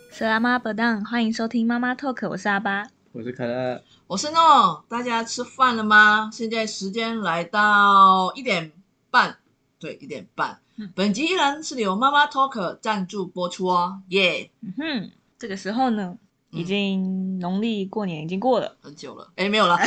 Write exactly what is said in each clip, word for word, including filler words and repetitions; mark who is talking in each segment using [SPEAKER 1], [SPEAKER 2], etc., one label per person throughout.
[SPEAKER 1] 是阿妈不当，欢迎收听妈妈 Talk， 我是阿巴，
[SPEAKER 2] 我是可乐，
[SPEAKER 3] 我是诺。大家吃饭了吗？现在时间来到一点半，对，一点半。嗯、本集依然是由妈妈 Talk 赞助播出哦，耶、
[SPEAKER 1] yeah ！嗯哼，这个时候呢，已经农历过年已经过了
[SPEAKER 3] 很久了，哎，没有了。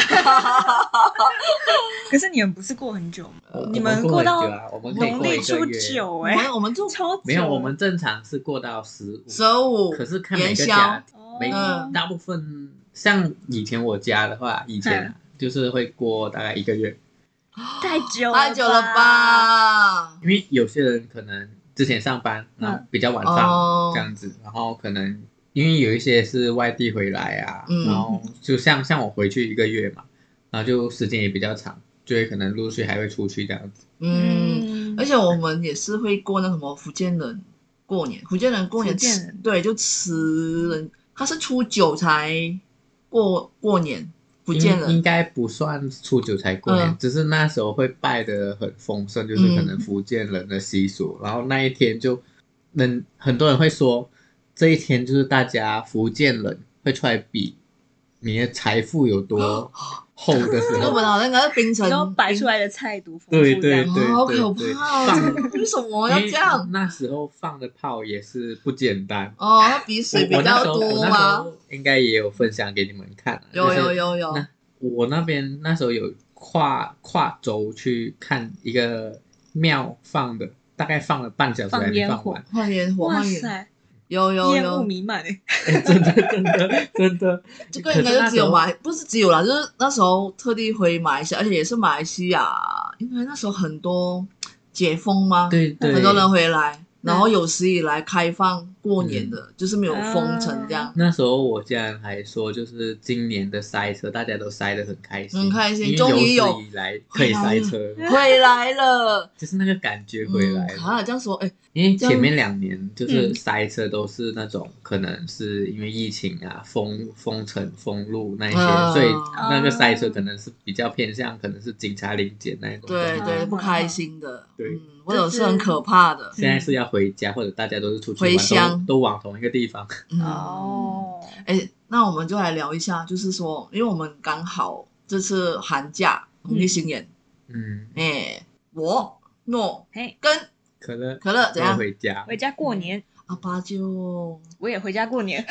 [SPEAKER 1] 可是你们不是过很久吗？
[SPEAKER 2] 呃、
[SPEAKER 1] 你们过到
[SPEAKER 2] 农
[SPEAKER 1] 历初九哎、
[SPEAKER 3] 欸，我们就
[SPEAKER 1] 超久
[SPEAKER 2] 没有，我们正常是过到十五，
[SPEAKER 3] 十五，
[SPEAKER 2] 可是看每个家，每、嗯、大部分像以前我家的话，以前就是会过大概一个月，
[SPEAKER 1] 太久
[SPEAKER 3] 太久了吧？
[SPEAKER 2] 因为有些人可能之前上班，然后比较晚放这样子，嗯、然后可能因为有一些是外地回来啊，嗯、然后就像像我回去一个月嘛，然后就时间也比较长。就会可能陆续还会出去这样子，
[SPEAKER 3] 嗯，而且我们也是会过那什么福建人过年，福建人过年吃，对，就吃人，他是初九才过过年，福建人
[SPEAKER 2] 应该不算初九才过年，嗯、只是那时候会拜得很丰盛，就是可能福建人的习俗，嗯、然后那一天就，能很多人会说，这一天就是大家福建人会出来比你的财富有多。厚的时候，
[SPEAKER 3] 我们好像是冰城，
[SPEAKER 1] 然后摆出来的菜多丰富，
[SPEAKER 2] 对对对，
[SPEAKER 3] 好可怕哦！为什么要这样？
[SPEAKER 2] 那时候放的炮也是不简单
[SPEAKER 3] 哦，它比水比较多吗？
[SPEAKER 2] 应该也有分享给你们看、啊。
[SPEAKER 3] 有有有有。
[SPEAKER 2] 那我那边那时候有跨跨州去看一个庙放的，大概放了半小时还没放完。
[SPEAKER 3] 放烟火，
[SPEAKER 1] 哇塞！
[SPEAKER 3] 有有有，
[SPEAKER 1] 烟雾弥漫哎、
[SPEAKER 2] 欸！真的真的真的，
[SPEAKER 3] 这个应该就只有马，不是只有啦，就是那时候特地回马来西亚，而且也是马来西亚，因为那时候很多解封嘛，
[SPEAKER 2] 对对，
[SPEAKER 3] 很多人回来，然后有史以来开放过年的，嗯、就是没有封城这样。
[SPEAKER 2] 那时候我家人还说，就是今年的塞车，大家都塞得很开心，
[SPEAKER 3] 很开心，
[SPEAKER 2] 终
[SPEAKER 3] 于有
[SPEAKER 2] 以来可以塞车，
[SPEAKER 3] 回来了，
[SPEAKER 2] 就是那个感觉回来了。
[SPEAKER 3] 嗯、啊，这样说，哎。
[SPEAKER 2] 因为前面两年就是塞车都是那种、嗯、可能是因为疫情啊封封城封路那一些、呃、所以那个塞车可能是比较偏向可能是警察临检那种，
[SPEAKER 3] 对对，不开心的，
[SPEAKER 2] 对、
[SPEAKER 3] 嗯，或者是很可怕的。
[SPEAKER 2] 现在是要回家，或者大家都是出去玩，
[SPEAKER 3] 回乡
[SPEAKER 2] 都, 都往同一个地方。
[SPEAKER 3] 哦，哎，那我们就来聊一下，就是说，因为我们刚好这次寒假农历新年，
[SPEAKER 2] 嗯，
[SPEAKER 3] 哎，我诺跟。
[SPEAKER 2] 可乐
[SPEAKER 3] 可乐怎样？
[SPEAKER 2] 回家
[SPEAKER 1] 回家过年，
[SPEAKER 3] 阿爸就
[SPEAKER 1] 我也回家过年。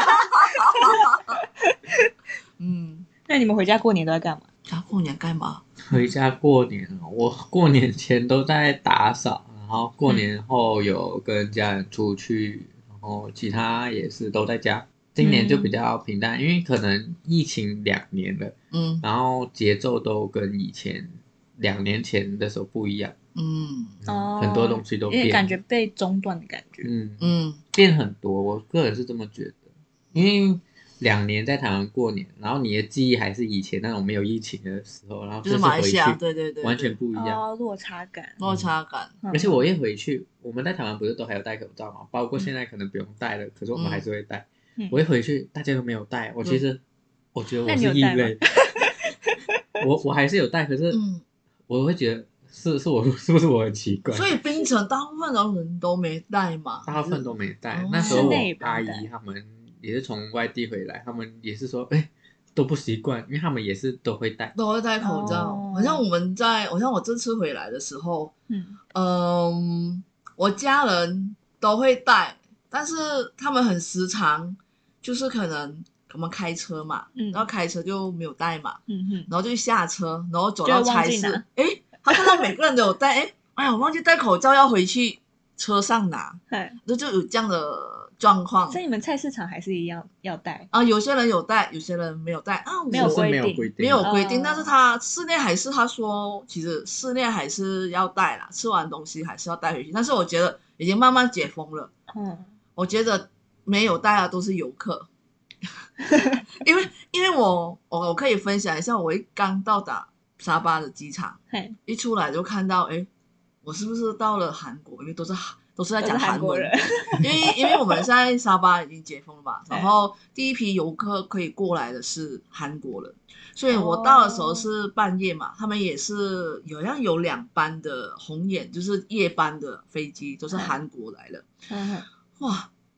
[SPEAKER 3] 嗯，
[SPEAKER 1] 那你们回家过年都在干嘛？
[SPEAKER 3] 家过年干嘛？
[SPEAKER 2] 回家过年，我过年前都在打扫，然后过年后有跟家人出去，然后其他也是都在家。今年就比较平淡，嗯、因为可能疫情两年了，
[SPEAKER 3] 嗯，
[SPEAKER 2] 然后节奏都跟以前两年前的时候不一样。
[SPEAKER 3] 嗯
[SPEAKER 1] 哦，
[SPEAKER 2] 很多东西都变，
[SPEAKER 1] 因为感觉被中断的感觉，
[SPEAKER 2] 嗯
[SPEAKER 3] 嗯，
[SPEAKER 2] 变很多。我个人是这么觉得，因为两年在台湾过年，然后你的记忆还是以前那种没有疫情的时候，然后
[SPEAKER 3] 就是马来西亚，对对 对, 对，
[SPEAKER 2] 完全不一样，
[SPEAKER 1] 哦，落差感，
[SPEAKER 3] 落差感。
[SPEAKER 2] 嗯、而且我一回去，我们在台湾不是都还有戴口罩嘛？包括现在可能不用戴了，嗯、可是我们还是会戴。嗯、我一回去，大家都没有戴，我其实、嗯、我觉得我是异类，我我还是有戴，可是我会觉得。是是我是不是我很奇怪？
[SPEAKER 3] 所以槟城大部分的人都没带嘛，
[SPEAKER 2] 大部分都没带。哦、那时候我阿姨他们也是从外地回来，他们也是说，哎、欸，都不习惯，因为他们也是都会戴，
[SPEAKER 3] 都会戴口罩。哦、好像我们在，好像我这次回来的时候，嗯嗯，我家人都会戴，但是他们很时常，就是可能我们开车嘛，嗯、然后开车就没有戴嘛，嗯哼，然后就下车，然后走到菜市，哎。他看到每个人都有戴，哎，哎呀，我忘记戴口罩，要回去车上拿，那就有这样的状况。
[SPEAKER 1] 所以你们菜市场还是一样要戴
[SPEAKER 3] 啊？有些人有戴，有些人没有戴啊，
[SPEAKER 1] 没有规
[SPEAKER 2] 定，
[SPEAKER 3] 没有规定。但是他室内还是他说，其实室内还是要戴啦，吃完东西还是要带回去。但是我觉得已经慢慢解封了，嗯，我觉得没有戴的都是游客，因为因为我我我可以分享一下，我一刚到达沙巴的机场，一出来就看到，哎，我是不是到了韩国？因为都是都是在讲韩文，因为因为我们现在沙巴已经解封了嘛，然后第一批游客可以过来的是韩国人，所以我到的时候是半夜嘛，他们也是有像有两班的红眼，就是夜班的飞机，都是韩国来的，哇，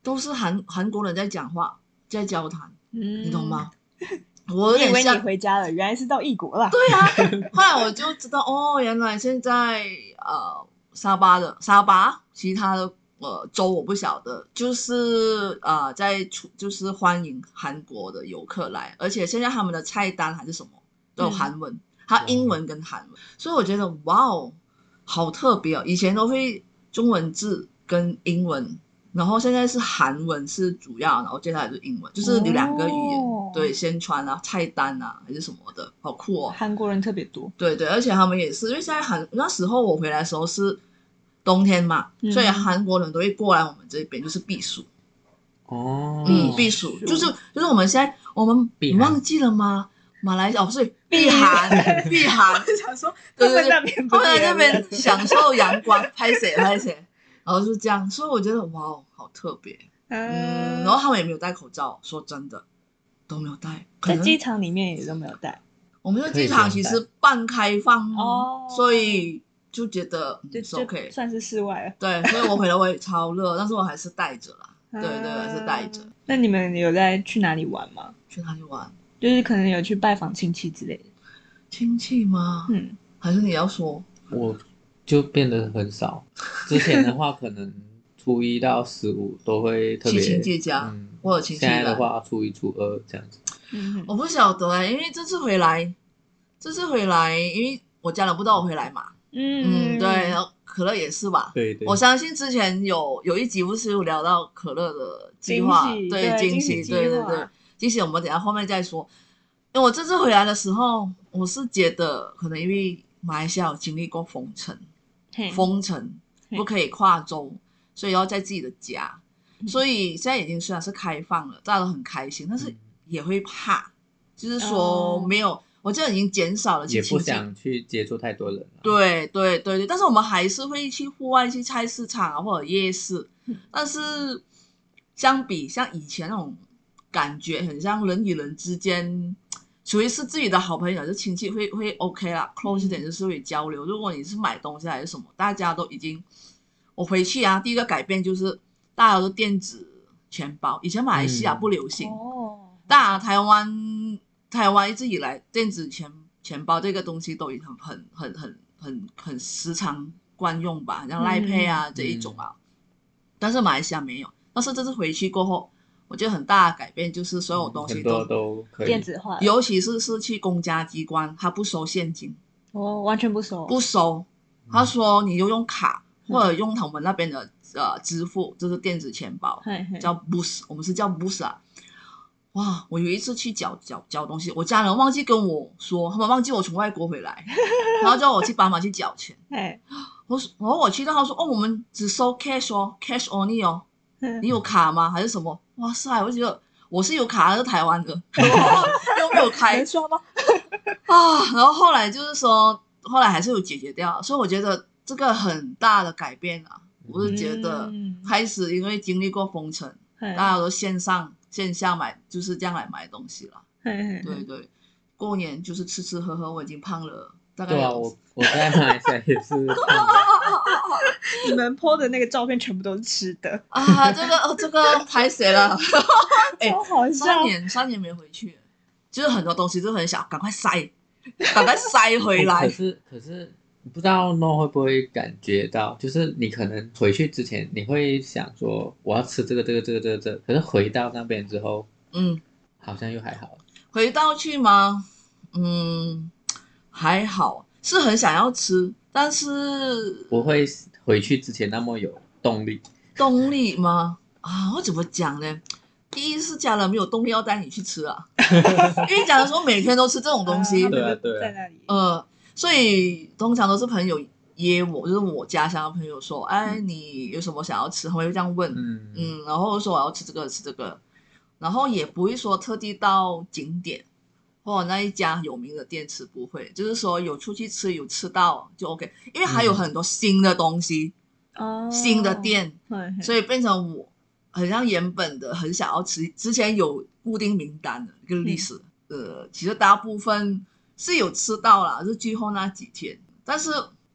[SPEAKER 3] 都是韩韩国人在讲话，在交谈，
[SPEAKER 1] 嗯，
[SPEAKER 3] 你懂吗？我有点
[SPEAKER 1] 以为
[SPEAKER 3] 像
[SPEAKER 1] 你回家了，原来是到异国了。
[SPEAKER 3] 对啊，后来我就知道哦，原来现在呃沙巴的沙巴，其他的呃州我不晓得，就是呃在出就是欢迎韩国的游客来，而且现在他们的菜单还是什么都有韩文，它英文跟韩文，所以我觉得哇哦，好特别哦，以前都会中文字跟英文。然后现在是韩文是主要，然后接下来是英文，就是有两个语言，
[SPEAKER 1] 哦、
[SPEAKER 3] 对，宣传啊、菜单啊还是什么的，好酷哦。
[SPEAKER 1] 韩国人特别多，
[SPEAKER 3] 对对，而且他们也是，因为现在韩那时候我回来的时候是冬天嘛，嗯、所以韩国人都会过来我们这边，就是避暑。
[SPEAKER 2] 哦，
[SPEAKER 3] 嗯，避暑就是就是我们现在我们你忘记了吗？马来西亚哦，所以避寒避寒，
[SPEAKER 1] 想说
[SPEAKER 3] 对对对，
[SPEAKER 1] 他们
[SPEAKER 3] 在那边享受阳光，拍谁拍谁。然后就这样，所以我觉得哇，好特别，嗯，然后他们也没有戴口罩，说真的都没有戴，
[SPEAKER 1] 在机场里面也都没有戴。
[SPEAKER 3] 我们的机场其实半开放哦，所以就觉得
[SPEAKER 1] 就、
[SPEAKER 3] 嗯、OK，
[SPEAKER 1] 算是室外了。
[SPEAKER 3] 对，所以我回来我也超热，但是我还是戴着啦，对对，还是戴着。
[SPEAKER 1] 那你们有在去哪里玩吗？
[SPEAKER 3] 去哪里玩？
[SPEAKER 1] 就是可能有去拜访亲戚之类的。
[SPEAKER 3] 亲戚吗？嗯，还是你要说？
[SPEAKER 2] 我。就变得很少。之前的话，可能初一到十五都会特别
[SPEAKER 3] 去亲戚家，嗯、或者亲戚。
[SPEAKER 2] 现在的话，初一、初二这样子。
[SPEAKER 3] 嗯，我不晓得哎、欸，因为这次回来，这次回来，因为我家人不知道我回来嘛。嗯嗯，对，然后可乐也是吧？
[SPEAKER 2] 对对。
[SPEAKER 3] 我相信之前有有一集不是有聊到可乐的计划，对惊喜，对对对，惊喜我们等一下后面再说。因为我这次回来的时候，我是觉得可能因为马来西亚有经历过封城。封城不可以跨州，所以要在自己的家，所以现在已经虽然是开放了，大家都很开心，但是也会怕，就是说没有，我觉得已经减少了，
[SPEAKER 2] 也不想去接触太多人了。
[SPEAKER 3] 对对对对，但是我们还是会去户外去菜市场啊或者夜市，但是相比像以前那种感觉，很像人与人之间。除非是自己的好朋友，是亲戚会会 OK 啦 ，close 一点就是会交流。如果你是买东西还是什么，大家都已经，我回去啊，第一个改变就是大家都电子钱包，以前马来西亚不流行，哦、嗯，当然台湾台湾一直以来电子钱钱包这个东西都已经很很很很很很时常惯用吧，像 Line Pay 啊、嗯、这一种啊，但是马来西亚没有。但是这次回去过后。我觉得很大的改变就是所有东西都、
[SPEAKER 2] 嗯、都可以
[SPEAKER 1] 电子化，
[SPEAKER 3] 尤其是是去公家机关，他不收现金，
[SPEAKER 1] 哦，完全不收，
[SPEAKER 3] 不收。他说你就用卡、嗯、或者用他们那边的呃支付，就是电子钱包，嘿嘿叫 Boost， 我们是叫 Boost 啊。哇，我有一次去缴缴缴东西，我家人忘记跟我说，他们忘记我从外国回来，然后叫我去帮忙去缴钱。我然后我去到，他说哦，我们只收 cash 哦 ，cash only 哦。你有卡吗？还是什么？哇塞！我觉得我是有卡，是台湾的，又没有开，
[SPEAKER 1] 能刷吗？
[SPEAKER 3] 啊！然后后来就是说，后来还是有解决掉，所以我觉得这个很大的改变啊！我是觉得开始因为经历过封城，嗯、大家都线上线下买，就是这样来买东西了。对对，过年就是吃吃喝喝，我已经胖了。大概
[SPEAKER 2] 对啊，我我在马来西亚也是胖的。
[SPEAKER 1] 你们 po 的那个照片全部都是吃的
[SPEAKER 3] 啊！这个这个拍谁了？
[SPEAKER 1] 哎、超好笑！
[SPEAKER 3] 三年三年没回去，就是很多东西就很想赶快塞，赶快塞回来。
[SPEAKER 2] 可是可是不知道 No 会不会感觉到，就是你可能回去之前，你会想说我要吃这个这个这个这个这个，可是回到那边之后，嗯，好像又还好。
[SPEAKER 3] 回到去吗？嗯。还好，是很想要吃，但是
[SPEAKER 2] 不会回去之前那么有动力。
[SPEAKER 3] 动力吗？啊，我怎么讲呢？第一是家人没有动力要带你去吃啊，因为假如说每天都吃这种东西，
[SPEAKER 2] 啊对啊对啊，
[SPEAKER 1] 在那里，
[SPEAKER 3] 呃，所以通常都是朋友约我，就是我家乡的朋友说，哎，你有什么想要吃？他们会这样问，嗯嗯，然后说我要吃这个吃这个，然后也不会说特地到景点。或者那一家有名的店吃不会，就是说有出去吃有吃到就 OK， 因为还有很多新的东西，嗯、新的店，所以变成我很像原本的很想要吃，之前有固定名单的一个历史，嗯、呃，其实大部分是有吃到啦，是最后那几天，但是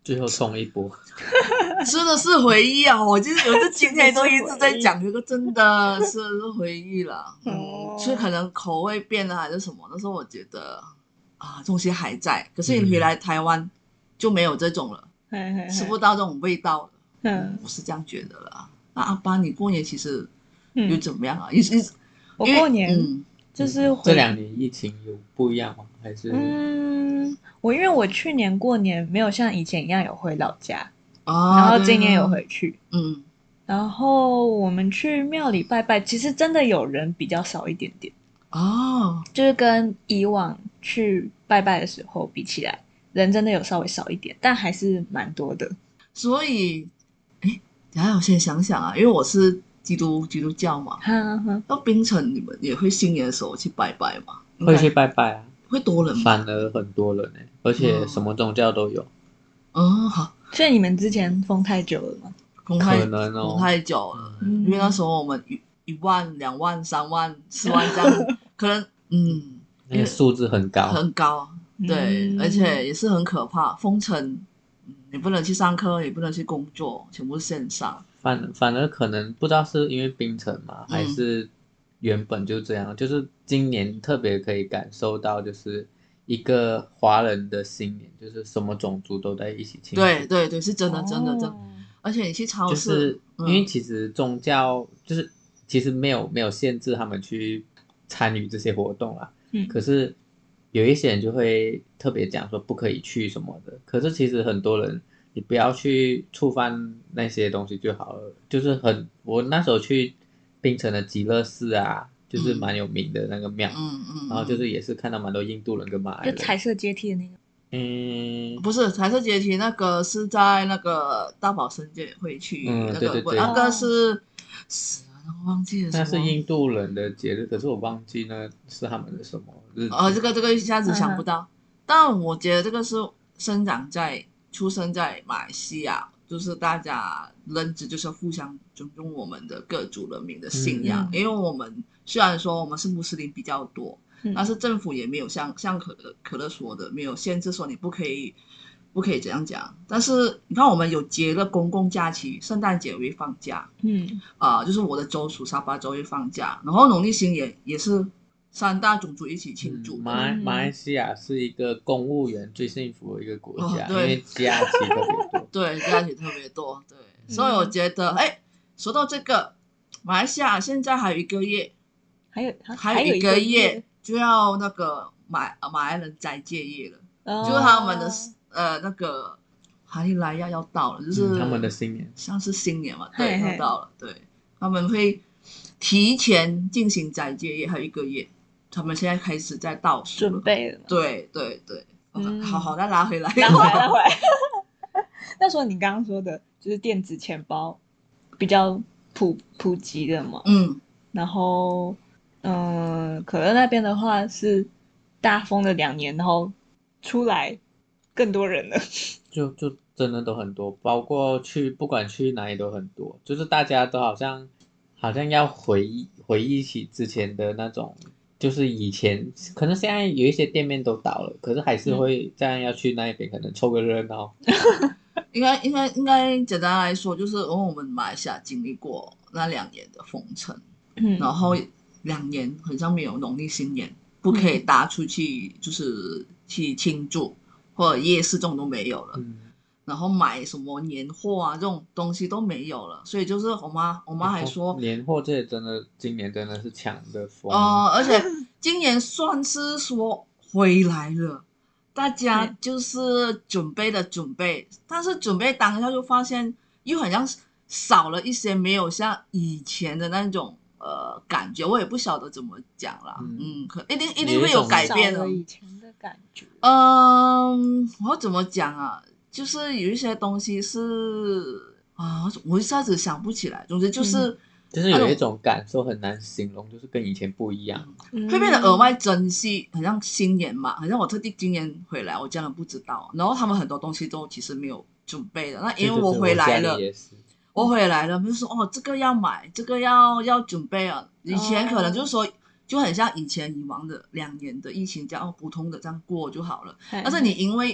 [SPEAKER 2] 最后冲一波，
[SPEAKER 3] 真的是回忆啊！我就是有，就今天都一直在讲这个，真的是是回忆了。嗯，所以可能口味变了还是什么，但是我觉得啊，东西还在。可是你回来台湾就没有这种了，
[SPEAKER 1] 嗯、
[SPEAKER 3] 吃不到这种味道了。
[SPEAKER 1] 嗯，
[SPEAKER 3] 我是这样觉得了。那阿爸，你过年其实又怎么样啊？嗯、
[SPEAKER 1] 我过年、
[SPEAKER 3] 嗯、
[SPEAKER 1] 就是回
[SPEAKER 2] 这两年疫情有不一样吗？还是
[SPEAKER 1] 嗯，我因为我去年过年没有像以前一样有回老家，
[SPEAKER 3] 啊、
[SPEAKER 1] 然后今年有回去，
[SPEAKER 3] 嗯，
[SPEAKER 1] 然后我们去庙里拜拜，其实真的有人比较少一点点
[SPEAKER 3] 哦，
[SPEAKER 1] 就是跟以往去拜拜的时候比起来，人真的有稍微少一点，但还是蛮多的。
[SPEAKER 3] 所以，哎，等一下我先想想啊，因为我是基督基督教嘛，
[SPEAKER 1] 哈哈，
[SPEAKER 3] 到槟城你们也会新年的时候去拜拜吗？
[SPEAKER 2] 会去拜拜啊？
[SPEAKER 3] 会多人吗？
[SPEAKER 2] 反而很多人呢、欸，而且什么宗教都有。
[SPEAKER 3] 哦，好，
[SPEAKER 1] 所以你们之前封太久了吗？
[SPEAKER 3] 封太
[SPEAKER 2] 可能哦，
[SPEAKER 3] 封太久了，
[SPEAKER 1] 嗯
[SPEAKER 3] 因为那时候我们一一万、两万、三万、四万这样，可能嗯，
[SPEAKER 2] 那个数字很高，
[SPEAKER 3] 很高，对，
[SPEAKER 1] 嗯
[SPEAKER 3] 而且也是很可怕，封城，嗯你不能去上课，也不能去工作，全部线上。
[SPEAKER 2] 反反而可能不知道是因为槟城嘛，还是原本就这样，就是今年特别可以感受到，就是一个华人的新年，就是什么种族都在一起庆祝。
[SPEAKER 3] 对对对，是真的，真的，真的。
[SPEAKER 1] 哦
[SPEAKER 3] 而且你去超
[SPEAKER 2] 就
[SPEAKER 3] 市，
[SPEAKER 2] 是因为其实宗教就是其实没有没有限制他们去参与这些活动啦，
[SPEAKER 1] 嗯
[SPEAKER 2] 可是有一些人就会特别讲说不可以去什么的，可是其实很多人你不要去触犯那些东西就好了，就是很我那时候去槟城的极乐寺啊，就是蛮有名的那个庙，
[SPEAKER 3] 嗯嗯，
[SPEAKER 2] 然后就是也是看到蛮多印度人跟马来人，
[SPEAKER 1] 就彩色阶梯的那个。
[SPEAKER 2] 嗯，
[SPEAKER 3] 不是彩色阶梯，那个是在那个大宝生界会去
[SPEAKER 2] 嗯
[SPEAKER 3] 那个，
[SPEAKER 2] 对对对
[SPEAKER 3] 那个是是我忘记了什么，
[SPEAKER 2] 那是印度人的节日，可是我忘记那是他们的什么日子。
[SPEAKER 3] 呃，这个这个一下子想不到，但我觉得这个是生长在出生在马来西亚，就是大家认知就是互相尊重我们的各族人民的信仰，
[SPEAKER 1] 嗯
[SPEAKER 3] 因为我们虽然说我们是穆斯林比较多。
[SPEAKER 1] 嗯
[SPEAKER 3] 但是政府也没有像像可乐可乐说的，没有限制说你不可以不可以怎样讲。但是你看，我们有节的公共假期，圣诞节会放假，
[SPEAKER 1] 嗯
[SPEAKER 3] 啊、呃，就是我的州属沙巴州会放假，然后农历新年也是三大种族一起庆祝的。
[SPEAKER 2] 嗯、马来马来西亚是一个公务员最幸福的一个国家，
[SPEAKER 3] 哦、对
[SPEAKER 2] 因为假期特别多。
[SPEAKER 3] 对，假期特别多，对，所以我觉得，哎，说到这个，马来西亚现在还有一个月，
[SPEAKER 1] 还有
[SPEAKER 3] 还有一个月。就要那个马马来人斋戒夜了，
[SPEAKER 1] 哦、
[SPEAKER 3] 就是他们的呃那个哈利来亚要到了，就是、
[SPEAKER 2] 嗯、他们的新年，
[SPEAKER 3] 像是新年嘛，对，要到了，对，他们会提前进行斋戒夜，还有一个月，他们现在开始在倒数
[SPEAKER 1] 准备了，
[SPEAKER 3] 对对对，嗯、好好再拉回来，
[SPEAKER 1] 拉回来拉回来。那时候你刚刚说的就是电子钱包比较普普及的嘛，
[SPEAKER 3] 嗯，
[SPEAKER 1] 然后。嗯，可乐那边的话是大封了两年，然后出来更多人了，
[SPEAKER 2] 就就真的都很多，包括去不管去哪里都很多，就是大家都好像好像要回忆回忆起之前的那种，就是以前可能现在有一些店面都倒了，可是还是会这样要去那边，可能凑个热闹。
[SPEAKER 3] 应该应该应该简单来说，就是因为我们马来西亚经历过那两年的封城，
[SPEAKER 1] 嗯，
[SPEAKER 3] 然后。两年好像没有农历新年，不可以搭出去，就是去庆祝或者夜市这种都没有了。
[SPEAKER 2] 嗯，
[SPEAKER 3] 然后买什么年货啊这种东西都没有了，所以就是我妈我妈还说
[SPEAKER 2] 年货这也真的今年真的是抢的疯。
[SPEAKER 3] 呃，而且今年算是说回来了，大家就是准备的准备，但是准备当下就发现又好像少了一些，没有像以前的那种。呃，感觉我也不晓得怎么讲啦，嗯，嗯可一定一定会有改变的。
[SPEAKER 1] 以前的感觉，
[SPEAKER 3] 嗯，我要怎么讲啊？就是有一些东西是啊，我一下子想不起来。总之就是，
[SPEAKER 2] 嗯、就是有一种感受很难形容，就是跟以前不一样，
[SPEAKER 3] 嗯、会变得额外珍惜。好像新年嘛，好像我特地今年回来，我家人不知道，然后他们很多东西都其实没有准备的。那因为我回来了。
[SPEAKER 2] 对对对，我家里也是。
[SPEAKER 3] 我回来了，就说哦，这个要买，这个要要准备啊。以前可能就是说，哦、就很像以前以往的两年的疫情这样，哦，普通的这样过就好了。但是你因为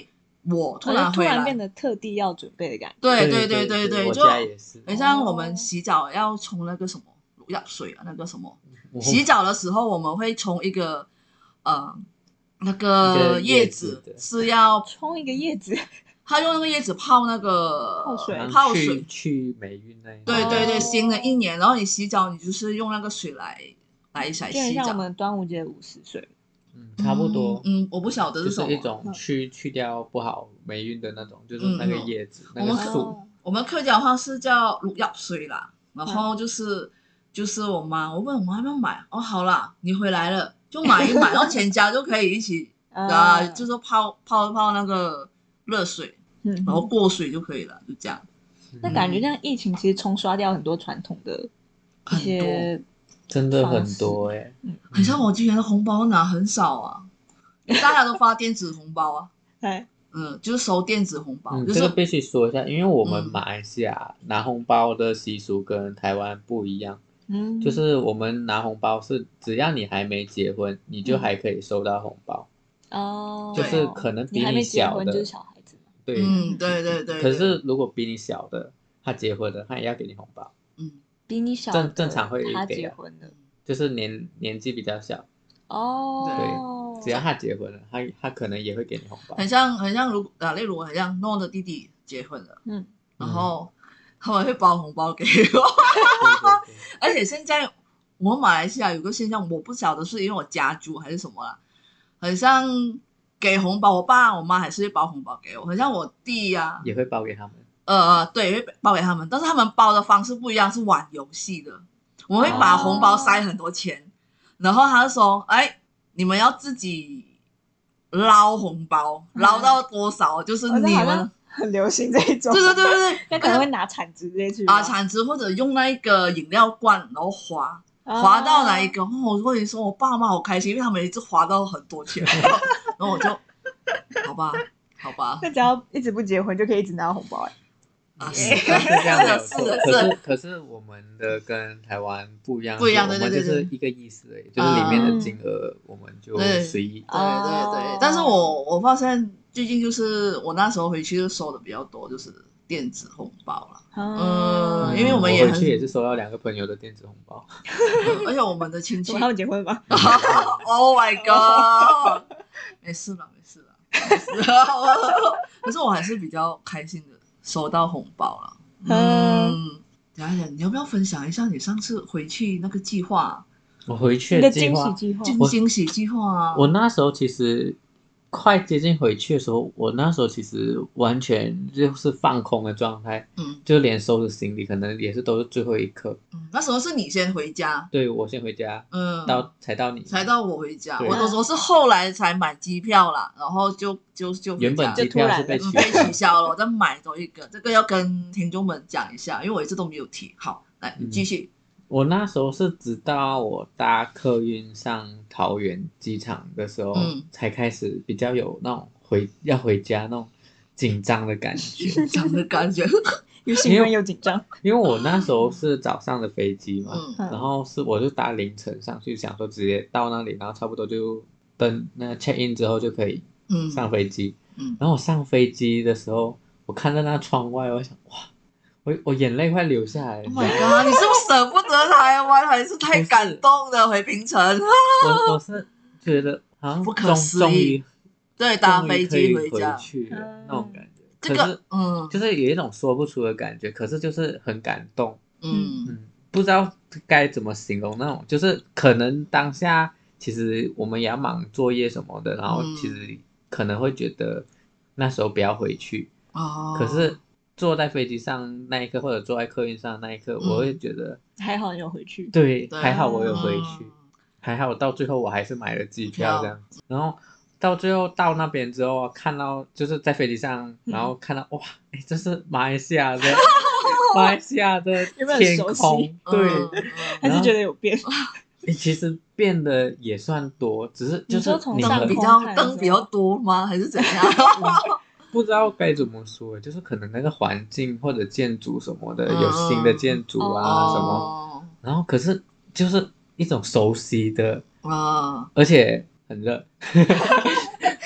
[SPEAKER 3] 我突然回来，
[SPEAKER 1] 突然变得特地要准备的感觉。
[SPEAKER 3] 对
[SPEAKER 2] 对
[SPEAKER 3] 对对对，
[SPEAKER 2] 我
[SPEAKER 3] 就
[SPEAKER 2] 家也是。
[SPEAKER 3] 很像我们洗澡要冲那个什么乳药水啊，那个什么，洗澡的时候我们会冲一个呃那个叶子是要
[SPEAKER 1] 冲一个叶子。
[SPEAKER 3] 他用那个叶子泡那个
[SPEAKER 1] 泡水，
[SPEAKER 3] 泡水
[SPEAKER 2] 去霉运那一
[SPEAKER 3] 对对对，新的一年，然后你洗澡，你就是用那个水来来来洗澡，
[SPEAKER 1] 就像我们端午节五十水，
[SPEAKER 2] 嗯，差不多，
[SPEAKER 3] 嗯，我不晓得是什么，
[SPEAKER 2] 就是一种去去掉不好霉运的那种，就是那个叶子，那个树。
[SPEAKER 3] 我们客家话是叫乳药水啦，然后就是就是我妈，我问我妈要不要买，哦，好啦，你回来了就买一买，然后全家就可以一起啊，就是泡泡泡那个热水。然后过水就可以了，就这样。
[SPEAKER 1] 那感觉像疫情其实冲刷掉很多传统的一些，
[SPEAKER 2] 真的很多哎、欸，
[SPEAKER 3] 嗯，很像我今年的红包拿很少啊，大家都发电子红包啊，
[SPEAKER 1] 哎，
[SPEAKER 3] 嗯，就是收电子红包。
[SPEAKER 2] 嗯，
[SPEAKER 3] 就是、
[SPEAKER 2] 这个必须说一下，因为我们马来西亚拿红包的习俗跟台湾不一样，嗯，就是我们拿红包是只要你还没结婚，你就还可以收到红包。
[SPEAKER 1] 哦、
[SPEAKER 2] 嗯，就是可能比
[SPEAKER 1] 你
[SPEAKER 2] 小的，
[SPEAKER 1] 就是小孩子。
[SPEAKER 2] 对，
[SPEAKER 3] 嗯，对对 对, 对。
[SPEAKER 2] 可是如果比你小的，他结婚了，他也要给你红包。
[SPEAKER 3] 嗯，
[SPEAKER 1] 比你小的
[SPEAKER 2] 正正常会给、啊、
[SPEAKER 1] 他结婚了，
[SPEAKER 2] 就是年年纪比较小。
[SPEAKER 1] 哦，
[SPEAKER 2] 对，只要他结婚了，他他可能也会给你红包。
[SPEAKER 3] 很像很像如啊，例如很像诺的弟弟结婚了，嗯，然后他们会包红包给我。对对对，而且现在我们马来西亚有个现象，我不晓得是因为我家族还是什么啦，很像。给红包，我爸我妈还是会包红包给我，很像我弟呀、啊，
[SPEAKER 2] 也会包给他们。
[SPEAKER 3] 呃，对，会包给他们，但是他们包的方式不一样，是玩游戏的。我们会把红包塞很多钱，哦、然后他就说：“哎，你们要自己捞红包，嗯、捞到多少就是你们。”
[SPEAKER 1] 很流行这一种。
[SPEAKER 3] 对对对对对，
[SPEAKER 1] 那可能会拿铲子直接去
[SPEAKER 3] 啊，铲子或者用那一个饮料罐，然后划。滑到哪一个？哦、我跟你说，我爸妈好开心，因为他们一直滑到很多钱，然后我就，好吧，好吧。
[SPEAKER 1] 那只要一直不结婚，就可以一直拿红包哎。
[SPEAKER 3] 啊，
[SPEAKER 2] 是是这样的，是的，可是可是我们的跟台湾不一样，
[SPEAKER 3] 不一样，对
[SPEAKER 2] 对对，就是一个意思而已，就是里面的金额我们就随意。
[SPEAKER 3] 对对对，但是我我发现最近就是我那时候回去就收的比较多，就是电子红包了。嗯，因为我们也
[SPEAKER 2] 回去也是收到两个朋友的电子红包，
[SPEAKER 3] 而且我们的亲戚
[SPEAKER 1] 他们结婚吗
[SPEAKER 3] ？Oh my god！ 没事了，没事了，没事了。可是我还是比较开心的收到红包了。嗯，等一下，你要不要分享一下你上次回去那个计划？
[SPEAKER 2] 我回去的计划，
[SPEAKER 1] 惊
[SPEAKER 3] 惊喜计划啊！
[SPEAKER 2] 我那时候其实。快接近回去的时候，我那时候其实完全就是放空的状态，嗯，就连收拾行李可能也是都是最后一刻。
[SPEAKER 3] 嗯，那时候是你先回家，
[SPEAKER 2] 对，我先回家，嗯，到才到你，
[SPEAKER 3] 才到我回家。我我是后来才买机票啦，然后就就就
[SPEAKER 2] 原本机票是被取
[SPEAKER 3] 被取消了，我再买多一个，这个要跟听众们讲一下，因为我一直都没有提。好，来你继续。
[SPEAKER 2] 嗯我那时候是直到我搭客运上桃园机场的时候，嗯、才开始比较有那种回要回家那种紧张的感觉，
[SPEAKER 3] 紧张的感觉，
[SPEAKER 1] 又兴奋又紧张。
[SPEAKER 2] 因为我那时候是早上的飞机嘛，嗯、然后是我就搭凌晨上去，想说直接到那里，然后差不多就登那 check in 之后就可以上飞机。嗯、然后我上飞机的时候，我看到那窗外，我想哇。我我眼泪快流下来了。
[SPEAKER 3] Oh my god！ 你是不是舍不得台湾，还是太感动了回平城？
[SPEAKER 2] 我我是觉得好像
[SPEAKER 3] 不可思议，对，搭飞机回家
[SPEAKER 2] 回去了那种感觉。
[SPEAKER 3] 这个嗯，
[SPEAKER 2] 就是有一种说不出的感觉，可是就是很感动。嗯嗯，不知道该怎么形容那种，就是可能当下其实我们也要忙作业什么的，然后其实可能会觉得那时候不要回去。哦，可是。坐在飞机上那一刻，或者坐在客运上那一刻，嗯、我会觉得
[SPEAKER 1] 还好你有回去。
[SPEAKER 2] 对，对还好我有回去，嗯、还好到最后我还是买了机票这样子。然后到最后到那边之后，看到就是在飞机上，然后看到、嗯、哇，哎，这是马来西亚的马来西亚的天空，对，
[SPEAKER 1] 嗯、还是觉得有变。
[SPEAKER 2] 哎，其实变得也算多，只是就是
[SPEAKER 1] 你
[SPEAKER 3] 灯比较灯比较多吗？还是怎样？
[SPEAKER 2] 不知道该怎么说，就是可能那个环境或者建筑什么的，嗯、有新的建筑啊、哦、什么，然后可是就是一种熟悉的啊，而且很热，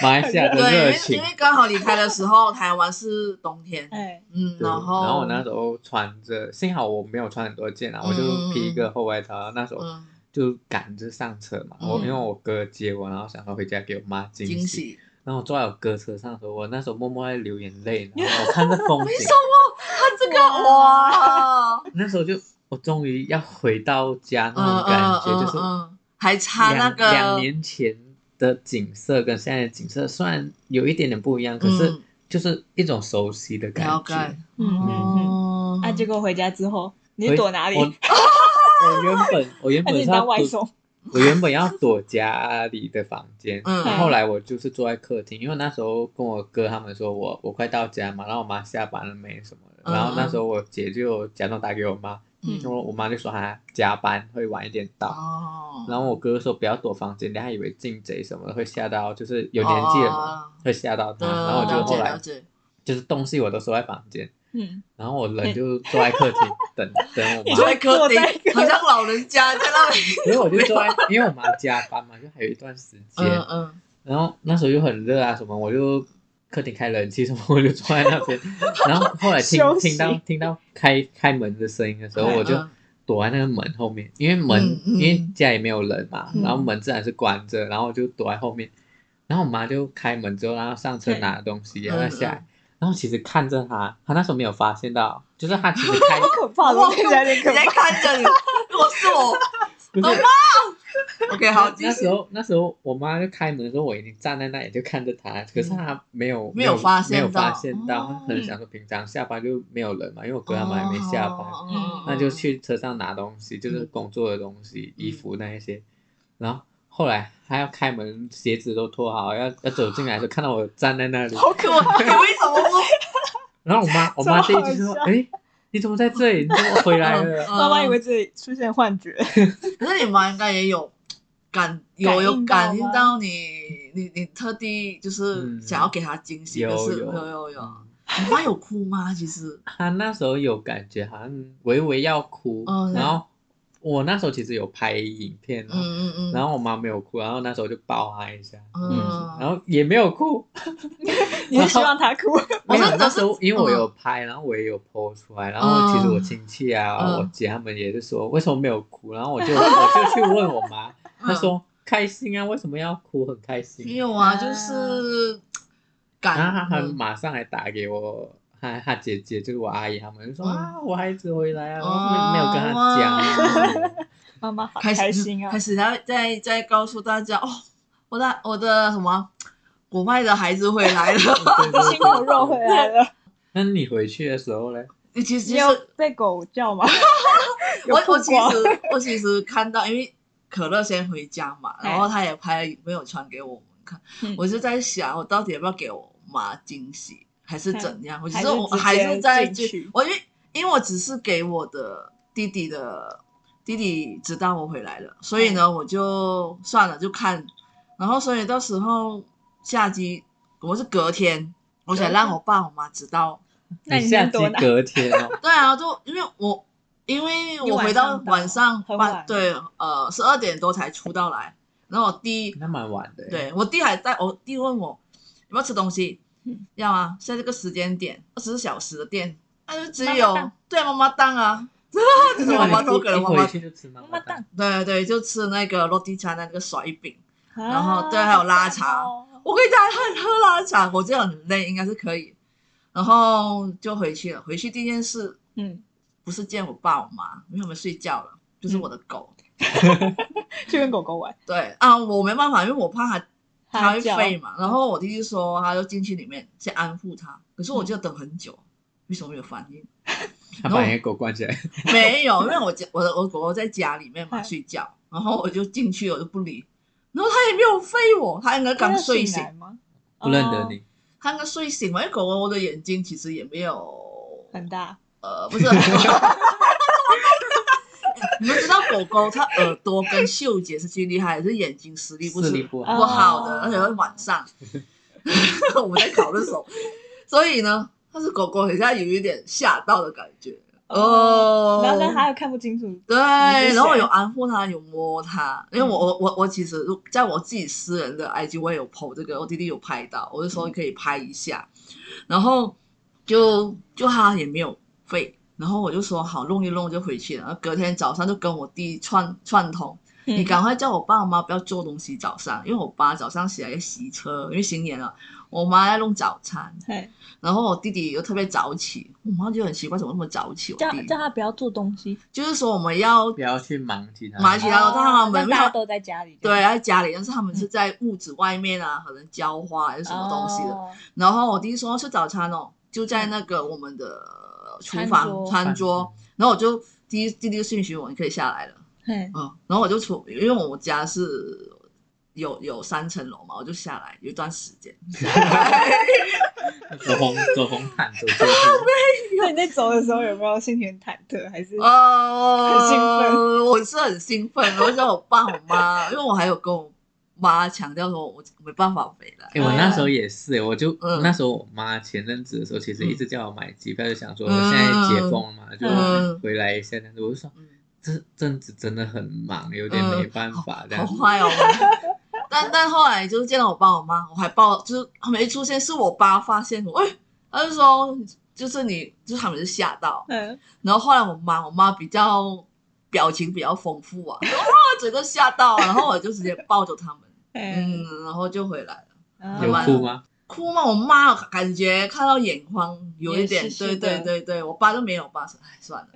[SPEAKER 2] 马来西亚的热情。
[SPEAKER 3] 对，因为刚好离开的时候，台湾是冬天，嗯，然后
[SPEAKER 2] 然后我那时候穿着，幸好我没有穿很多件啊，我就披一个厚外套，那时候就赶着上车嘛。我因为我哥接我，然后想说回家给我妈惊喜。
[SPEAKER 3] 惊喜。
[SPEAKER 2] 然后我坐在我哥车上的时候，我那时候默默在流眼泪，然后我看着风景。
[SPEAKER 3] 为什么看这个哇？
[SPEAKER 2] 那时候就我终于要回到家那种感觉，
[SPEAKER 3] 嗯嗯、
[SPEAKER 2] 就是
[SPEAKER 3] 还差那个
[SPEAKER 2] 两年前的景色跟现在的景色虽然有一点点不一样，可是就是一种熟悉的感觉。
[SPEAKER 1] 嗯嗯嗯。啊，结果回家之后，你躲哪里？
[SPEAKER 2] 我, 我原本我原本是要
[SPEAKER 1] 外送。
[SPEAKER 2] 我原本要躲家里的房间，嗯、后来我就是坐在客厅，因为那时候跟我哥他们说我我快到家嘛，然后我妈下班了没什么的，嗯、然后那时候我姐就假装打给我妈，嗯、然后我妈就说她加班会晚一点到，哦、然后我哥说不要躲房间，他以为进贼什么的会吓到，就是有年纪了嘛，哦、会吓到他，然后我就后来就是东西我都收在房间。嗯，然后我人就坐在客厅等等我妈。
[SPEAKER 3] 坐在客厅，好像老人家在那里。
[SPEAKER 2] 所以我就坐在，因为我妈加班嘛，就还有一段时间。嗯嗯。然后那时候又很热啊，什么我就客厅开冷气什么，我就坐在那边。然后后来听听到听到开开门的声音的时候，我就躲在那个门后面，因为门、嗯嗯、因为家里没有人嘛，然后门自然是关着，然后我就躲在后面。然后我妈就开门之后，然后上车拿东西，然后下来。然后其实看着他，他那时候没有发现到，就是他其实开，
[SPEAKER 1] 好可怕的，我在
[SPEAKER 3] 看着你，如果是我，我妈 ，OK 好，
[SPEAKER 2] 那时候那时候我妈就开门的时候，我已经站在那里就看着他，可是他没有
[SPEAKER 3] 没有发现
[SPEAKER 2] 没有发现到，他可能想说平常下班就没有人嘛，因为我哥他们还没下班，那就去车上拿东西，就是工作的东西，衣服那一些，然后。后来他要开门，鞋子都脱好，要要走进来的时候，看到我站在那里，
[SPEAKER 3] 好可怕！你为什么不？
[SPEAKER 2] 然后我妈，我妈第一句说：“哎，你怎么在这里？你怎么回来了？”
[SPEAKER 1] 妈妈以为这里出现幻觉。
[SPEAKER 3] 可是你妈应该也有感，有有感应到你，你你特地就是想要给她惊喜，可是有有有有，你妈有哭吗？其实
[SPEAKER 2] 她那时候有感觉，好像微微要哭，然后。我那时候其实有拍影片、喔，嗯嗯嗯，然后我妈没有哭，然后那时候就抱她一下，嗯，然后也没有哭，
[SPEAKER 1] 你是希望她哭？
[SPEAKER 2] 没有，那时候因为我有拍，然后我也有 po 出来，然后其实我亲戚啊，嗯、我姐他们也是说为什么没有哭，然后我就我就去问我妈，她说开心啊，为什么要哭？很开心。
[SPEAKER 3] 没有啊，就是感，
[SPEAKER 2] 然后她还马上还打给我。他他姐姐就是我阿姨，他们就说、嗯、啊，我孩子回来啊，我没没有跟他讲。
[SPEAKER 1] 妈妈好开心啊！
[SPEAKER 3] 开始他在在告诉大家哦，我的我的什么国外的孩子回来了，
[SPEAKER 1] 亲口肉回来了。
[SPEAKER 2] 那你回去的时候呢？
[SPEAKER 3] 你其实
[SPEAKER 1] 你有被狗叫吗？
[SPEAKER 3] 我我其实我其实看到，因为可乐先回家嘛，然后他也拍没有传给我们看，嗯、我就在想，我到底要不要给我妈惊喜？还是怎样？我其实我还是在我因为因为我只是给我的弟弟的弟弟知道我回来了，所以呢我就算了就看，然后所以到时候下机我是隔天，我想让我爸我妈知道。
[SPEAKER 2] 那你下机隔天哦？
[SPEAKER 3] 对啊，就因为我因为我回到晚上半对呃十二点多才出到来，然后我弟
[SPEAKER 2] 那蛮晚的，
[SPEAKER 3] 对我弟还在，我弟问我有没有吃东西。要啊，在这个时间点，二十四小时的店，那就只有对妈妈档啊，就是妈妈多个人，妈妈
[SPEAKER 2] 去就吃妈妈档，
[SPEAKER 3] 对对，就吃那个落地餐的那个甩饼，啊、然后对，还有拉茶，哦、我跟你讲，很喝拉茶，我这样很累，应该是可以，然后就回去了。回去第一件事，嗯，不是见我爸我妈，因为他们睡觉了，就是我的狗，
[SPEAKER 1] 嗯、去跟狗狗玩。
[SPEAKER 3] 对啊，我没办法，因为我怕它。他会吠嘛，然后我弟弟说，他就进去里面去安抚他，可是我就等很久，为什么没有反应？
[SPEAKER 2] 他把那个狗关起来？
[SPEAKER 3] 没有，因为我家我的我狗狗在家里面嘛睡觉，然后我就进去，我就不理，然后他也没有吠我，他应该刚睡醒
[SPEAKER 1] 吗？
[SPEAKER 2] 不认得你？
[SPEAKER 3] 他应该睡醒嘛，因为狗狗的眼睛其实也没有
[SPEAKER 1] 很大，
[SPEAKER 3] 呃，不是很大。你们知道狗狗它耳朵跟嗅觉是最厉害的，是眼睛视力不是不好的，而且是晚上。我们在讨论手，所以呢，它是狗狗好像有一点吓到的感觉， 哦，
[SPEAKER 1] 然后但他又看不清楚，
[SPEAKER 3] 对，然后我有安抚他，有摸他，因为我我我我其实在我自己私人的 I G 我也有 po 这个，我弟弟有拍到，我就说可以拍一下，然后就就他也没有废，然后我就说好弄一弄就回去了，然后隔天早上就跟我弟串串通。
[SPEAKER 1] 嗯、
[SPEAKER 3] 你赶快叫我爸我妈不要做东西早上，因为我爸早上起来要洗车，因为新年了，我妈在弄早餐，然后我弟弟又特别早起，我妈就很奇怪怎么那么早起，我
[SPEAKER 1] 叫
[SPEAKER 3] 弟
[SPEAKER 1] 叫他不要做东西，
[SPEAKER 3] 就是说我们要
[SPEAKER 2] 不要去忙其他
[SPEAKER 3] 忙其他的，但他们
[SPEAKER 1] 大家都在家里，
[SPEAKER 3] 对，在家里，但是他们是在屋子外面啊，可能浇花还是什么东西的。
[SPEAKER 1] 哦、
[SPEAKER 3] 然后我弟弟说吃早餐哦，就在那个我们的厨房餐桌，然后我就第一弟弟就讯息我，你可以下来了。嗯，然后我就出，因为我家是有有三层楼嘛，我就下来有一段时间。
[SPEAKER 2] 走红走红毯走进去。
[SPEAKER 1] 那你在走的时候有没有心情忐忑，还是
[SPEAKER 3] 哦
[SPEAKER 1] 很兴奋？
[SPEAKER 3] 我是很兴奋，我叫我爸我妈，因为我还有跟我妈强调说我没办法回来。
[SPEAKER 2] 哎、欸，我那时候也是，我就、嗯、那时候我妈前阵子的时候，其实一直叫我买机票，就想说现在解封了嘛，嗯、就回来一下。但是我就说。嗯这阵子真的很忙，有点没办法、嗯、这样子。
[SPEAKER 3] 好坏哦！但但后来就是见到我爸我妈，我还抱，就是他们一出现，是我爸发现我，哎，他就说就是你，就是他们是吓到。嗯。然后后来我妈，我妈比较表情比较丰富啊，哇，整个吓到，然后我就直接抱着他们，嗯，然后就回来了。
[SPEAKER 2] 有哭吗？
[SPEAKER 3] 哭吗？我妈感觉看到眼眶有一点，对对对对，我爸都没有，我爸说，哎，算了。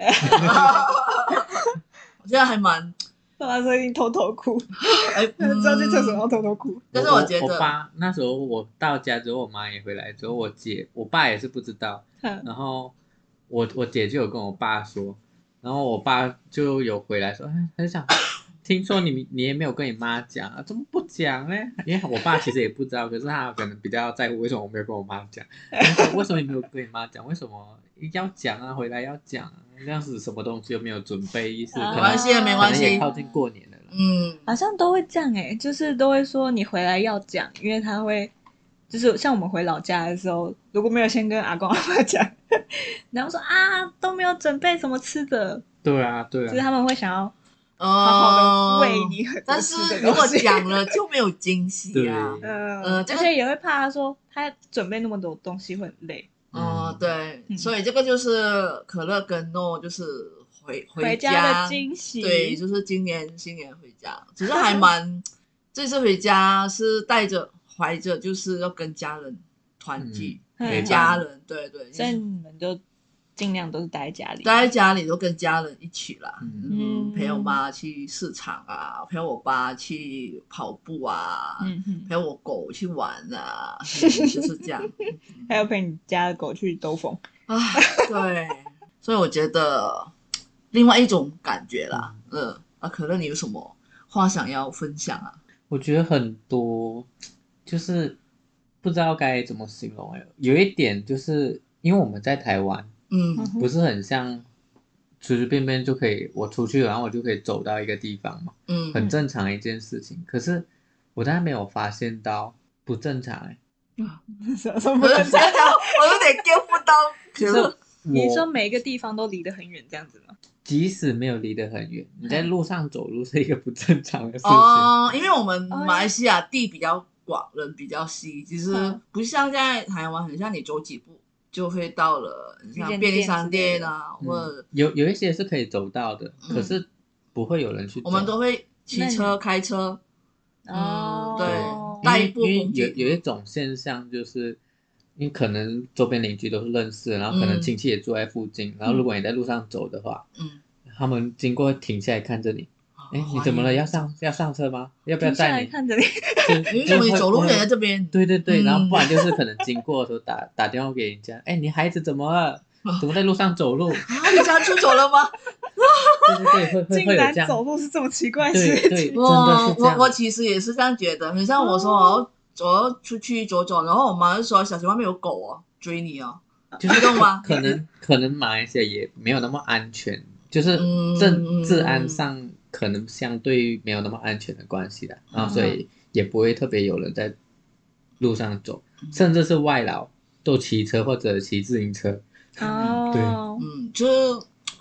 [SPEAKER 3] 我现在还蛮，
[SPEAKER 1] 爸爸说一定偷偷哭，哎，知道去厕所然后偷偷哭。
[SPEAKER 3] 但是我觉得，
[SPEAKER 2] 我爸那时候我到家之后，我妈也回来之后，我姐、我爸也是不知道，然后我我姐就有跟我爸说，然后我爸就有回来说，哎，他就想。听说你你也没有跟你妈讲啊？怎么不讲呢？因为我爸其实也不知道，可是他可能比较在乎为什么我没有跟我妈讲。为什么你没有跟你妈讲？为什么要讲啊？回来要讲、啊，这样子什么东西又没有准备意思？
[SPEAKER 3] 没关系，没关系，
[SPEAKER 2] 可能也靠近过年了啦。
[SPEAKER 1] 嗯，好像都会这样哎、欸，就是都会说你回来要讲，因为他会，就是像我们回老家的时候，如果没有先跟阿公阿妈讲，然后说啊都没有准备什么吃的。
[SPEAKER 2] 对啊，对啊，
[SPEAKER 1] 就是他们会想要。好好的喂你很多吃的东西，
[SPEAKER 3] 但是如果讲了就没有惊喜啊。
[SPEAKER 1] 嗯、呃，而且也会怕他说他准备那么多东西会很累。
[SPEAKER 3] 嗯，对，嗯、所以这个就是可乐跟诺就是回
[SPEAKER 1] 回家的惊喜。
[SPEAKER 3] 对，就是今年新年回家，只是还蛮这次回家是带着怀着就是要跟家人团聚，陪、嗯、家人，对对，
[SPEAKER 1] 所以你们就。尽量都是待在家里，
[SPEAKER 3] 待在家里都跟家人一起啦，嗯，陪我妈去市场啊，陪我爸去跑步啊，嗯、陪我狗去玩啊，就是这样。
[SPEAKER 1] 还有陪你家的狗去兜风
[SPEAKER 3] 啊，对，所以我觉得另外一种感觉啦，嗯，嗯啊，可乐你有什么话想要分享啊？
[SPEAKER 2] 我觉得很多，就是不知道该怎么形容哎，有一点就是因为我们在台湾。嗯，不是很像随随便便就可以，我出去然后我就可以走到一个地方嘛，嗯，很正常一件事情。可是我当然没有发现到不正常哎、
[SPEAKER 1] 欸，啊，什么不正常？
[SPEAKER 3] 我有点 get 不到。
[SPEAKER 2] 就是
[SPEAKER 1] 你说每一个地方都离得很远这样子吗？
[SPEAKER 2] 即使没有离得很远，你在路上走路是一个不正常的事情。
[SPEAKER 3] 哦，因为我们马来西亚地比较广，人比较稀，其实不像在台湾，很像你走几步。就会到了像便利商店啊，或者、
[SPEAKER 2] 嗯、有有一些是可以走到的，嗯、可是不会有人去走。
[SPEAKER 3] 我们都会骑车、开车。
[SPEAKER 1] 哦、
[SPEAKER 3] 嗯，对，带一步
[SPEAKER 2] 因为有有一种现象，就是你可能周边邻居都是认识的，然后可能亲戚也住在附近，嗯、然后如果你在路上走的话，嗯，他们经过停下来看着你。哎，你怎么了？要上要上车吗？要不要载你？
[SPEAKER 1] 看着你，
[SPEAKER 3] 为什么你走路也在这边？
[SPEAKER 2] 对对对，嗯、然后不然就是可能经过的时候打打电话给人家，哎，你孩子怎么了？怎么在路上走路？
[SPEAKER 3] 啊，你家出走了吗？
[SPEAKER 2] 对对对，会会会有这样。
[SPEAKER 1] 走路是这么奇怪的事
[SPEAKER 2] 情。对对，
[SPEAKER 3] 我我我其实也是这样觉得。很像我说我要走出去走走，然后我妈就说小心外面有狗哦，追你哦，
[SPEAKER 2] 就是
[SPEAKER 3] 懂吗？
[SPEAKER 2] 可能可能马来西亚也没有那么安全，就是治治安上。可能相对没有那么安全的关系啦，然后所以也不会特别有人在路上走，嗯、甚至是外劳都骑车或者骑自行车。
[SPEAKER 1] 哦，
[SPEAKER 3] 对，嗯，就是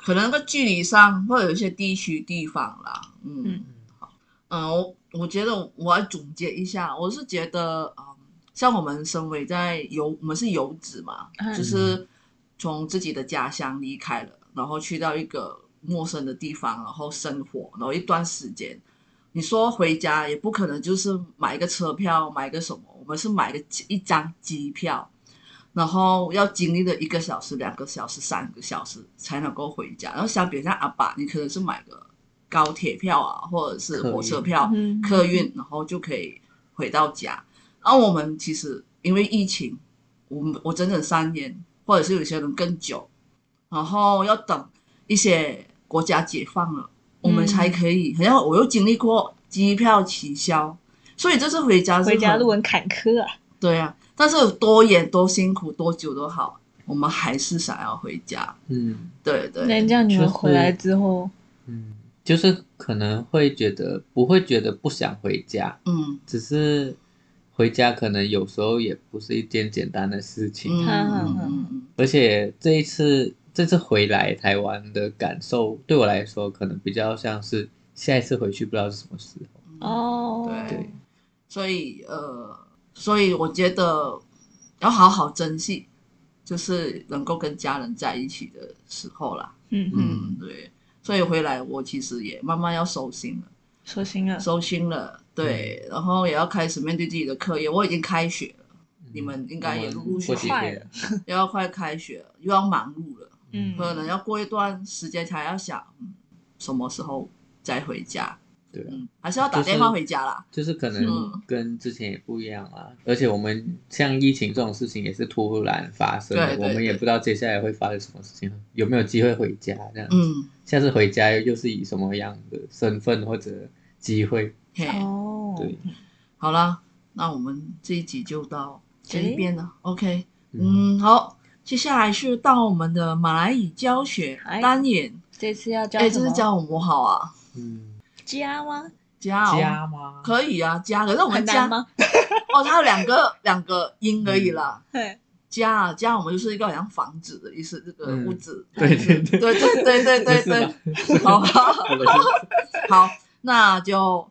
[SPEAKER 3] 可能那个距离上会有一些地区地方啦，嗯，
[SPEAKER 1] 嗯
[SPEAKER 3] 好，嗯，我我觉得我要总结一下，我是觉得，嗯，像我们身为在游，我们是游子嘛，
[SPEAKER 1] 嗯
[SPEAKER 3] 就是从自己的家乡离开了，然后去到一个陌生的地方，然后生活，然后一段时间。你说回家也不可能就是买一个车票，买个什么，我们是买个一张机票，然后要经历了一个小时、两个小时、三个小时才能够回家。然后相比像阿爸，你可能是买个高铁票啊，或者是火车票、客运，然后就可以回到家。然后我们其实因为疫情，我们我整整三年，或者是有些人更久，然后要等一些国家解放了。我们才可以，好像我又经历过机票取消，所以这次回家是
[SPEAKER 1] 回家路很坎坷啊。
[SPEAKER 3] 对啊，但是多远多辛苦多久都好，我们还是想要回家。
[SPEAKER 2] 嗯，
[SPEAKER 3] 对对。
[SPEAKER 1] 那这样你们回来之后，
[SPEAKER 2] 嗯，就是可能会觉得不会觉得不想回家，
[SPEAKER 3] 嗯，
[SPEAKER 2] 只是回家可能有时候也不是一件简单的事情。
[SPEAKER 3] 嗯嗯嗯嗯，
[SPEAKER 2] 而且这一次。这次回来台湾的感受，对我来说可能比较像是下一次回去不知道是什么时候。
[SPEAKER 1] 哦，
[SPEAKER 3] 对，所以呃，所以我觉得要好好珍惜，就是能够跟家人在一起的时候啦。
[SPEAKER 1] 嗯
[SPEAKER 3] 嗯，对，所以回来我其实也慢慢要收心了，
[SPEAKER 1] 收心了，
[SPEAKER 3] 收心了，对，嗯、然后也要开始面对自己的课业，我已经开学了，嗯、你们应该也陆陆续续
[SPEAKER 1] 了，
[SPEAKER 3] 又要快开学了，又要忙碌了。
[SPEAKER 1] 嗯，
[SPEAKER 3] 可能要过一段时间才要想，嗯，什么时候再回家。
[SPEAKER 2] 对啊、
[SPEAKER 3] 嗯，还是要打电话回家啦。
[SPEAKER 2] 就是、就是可能跟之前也不一样啦，嗯、而且我们像疫情这种事情也是突然发生的，
[SPEAKER 3] 对对对，
[SPEAKER 2] 我们也不知道接下来会发生什么事情，有没有机会回家这样子。
[SPEAKER 3] 嗯，
[SPEAKER 2] 下次回家又是以什么样的身份或者机会？
[SPEAKER 1] 哦，
[SPEAKER 2] 对，
[SPEAKER 3] 好啦，那我们这一集就到这一边了。OK，
[SPEAKER 2] 嗯，
[SPEAKER 3] 嗯，好。接下来是到我们的马来语教学单元，
[SPEAKER 1] 这次要教什么？
[SPEAKER 3] 哎，这次教我们好啊。
[SPEAKER 2] 嗯，
[SPEAKER 1] 加吗？
[SPEAKER 3] 加、
[SPEAKER 2] 哦、加吗？
[SPEAKER 3] 可以啊，加。可是我们加
[SPEAKER 1] 吗？
[SPEAKER 3] 哦，它有两个两个音而已啦。
[SPEAKER 1] 对，
[SPEAKER 3] 加加我们就是一个好像房子的意思，这个屋子。
[SPEAKER 2] 嗯、对对
[SPEAKER 3] 对对对对对对对。好，好，那就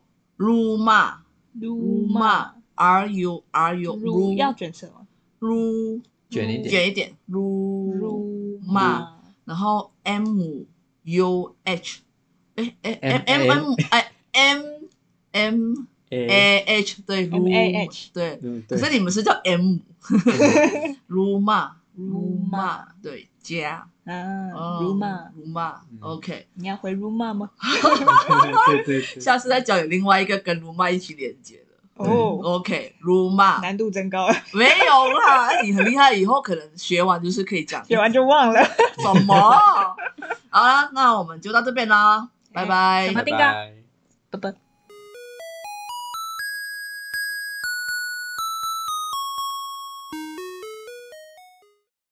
[SPEAKER 3] Rumah
[SPEAKER 1] Rumah
[SPEAKER 3] R U R U
[SPEAKER 1] Ru 要卷舌吗
[SPEAKER 3] ？Ru
[SPEAKER 2] 卷一点，
[SPEAKER 3] 卷一点。Rumah，然后 M U H， 哎哎 M M M 哎 M M A H 对
[SPEAKER 1] ，M A H
[SPEAKER 3] 对，可是你们是叫 M Rumah Rumah 对家
[SPEAKER 1] 啊 Rumah
[SPEAKER 3] Rumah OK，
[SPEAKER 1] 你要回 Rumah 吗？
[SPEAKER 2] 对对对，
[SPEAKER 3] 下次再教有另外一个跟 Rumah 一起连接的。
[SPEAKER 1] 哦
[SPEAKER 3] ，OK， Rumah
[SPEAKER 1] 难度真高，
[SPEAKER 3] 没有啦，你很厉害，以后可能学完就是可以讲，
[SPEAKER 1] 学完就忘了。
[SPEAKER 3] 什么？好啦，那我们就到这边啦，拜拜，
[SPEAKER 2] 拜拜，
[SPEAKER 1] 拜拜。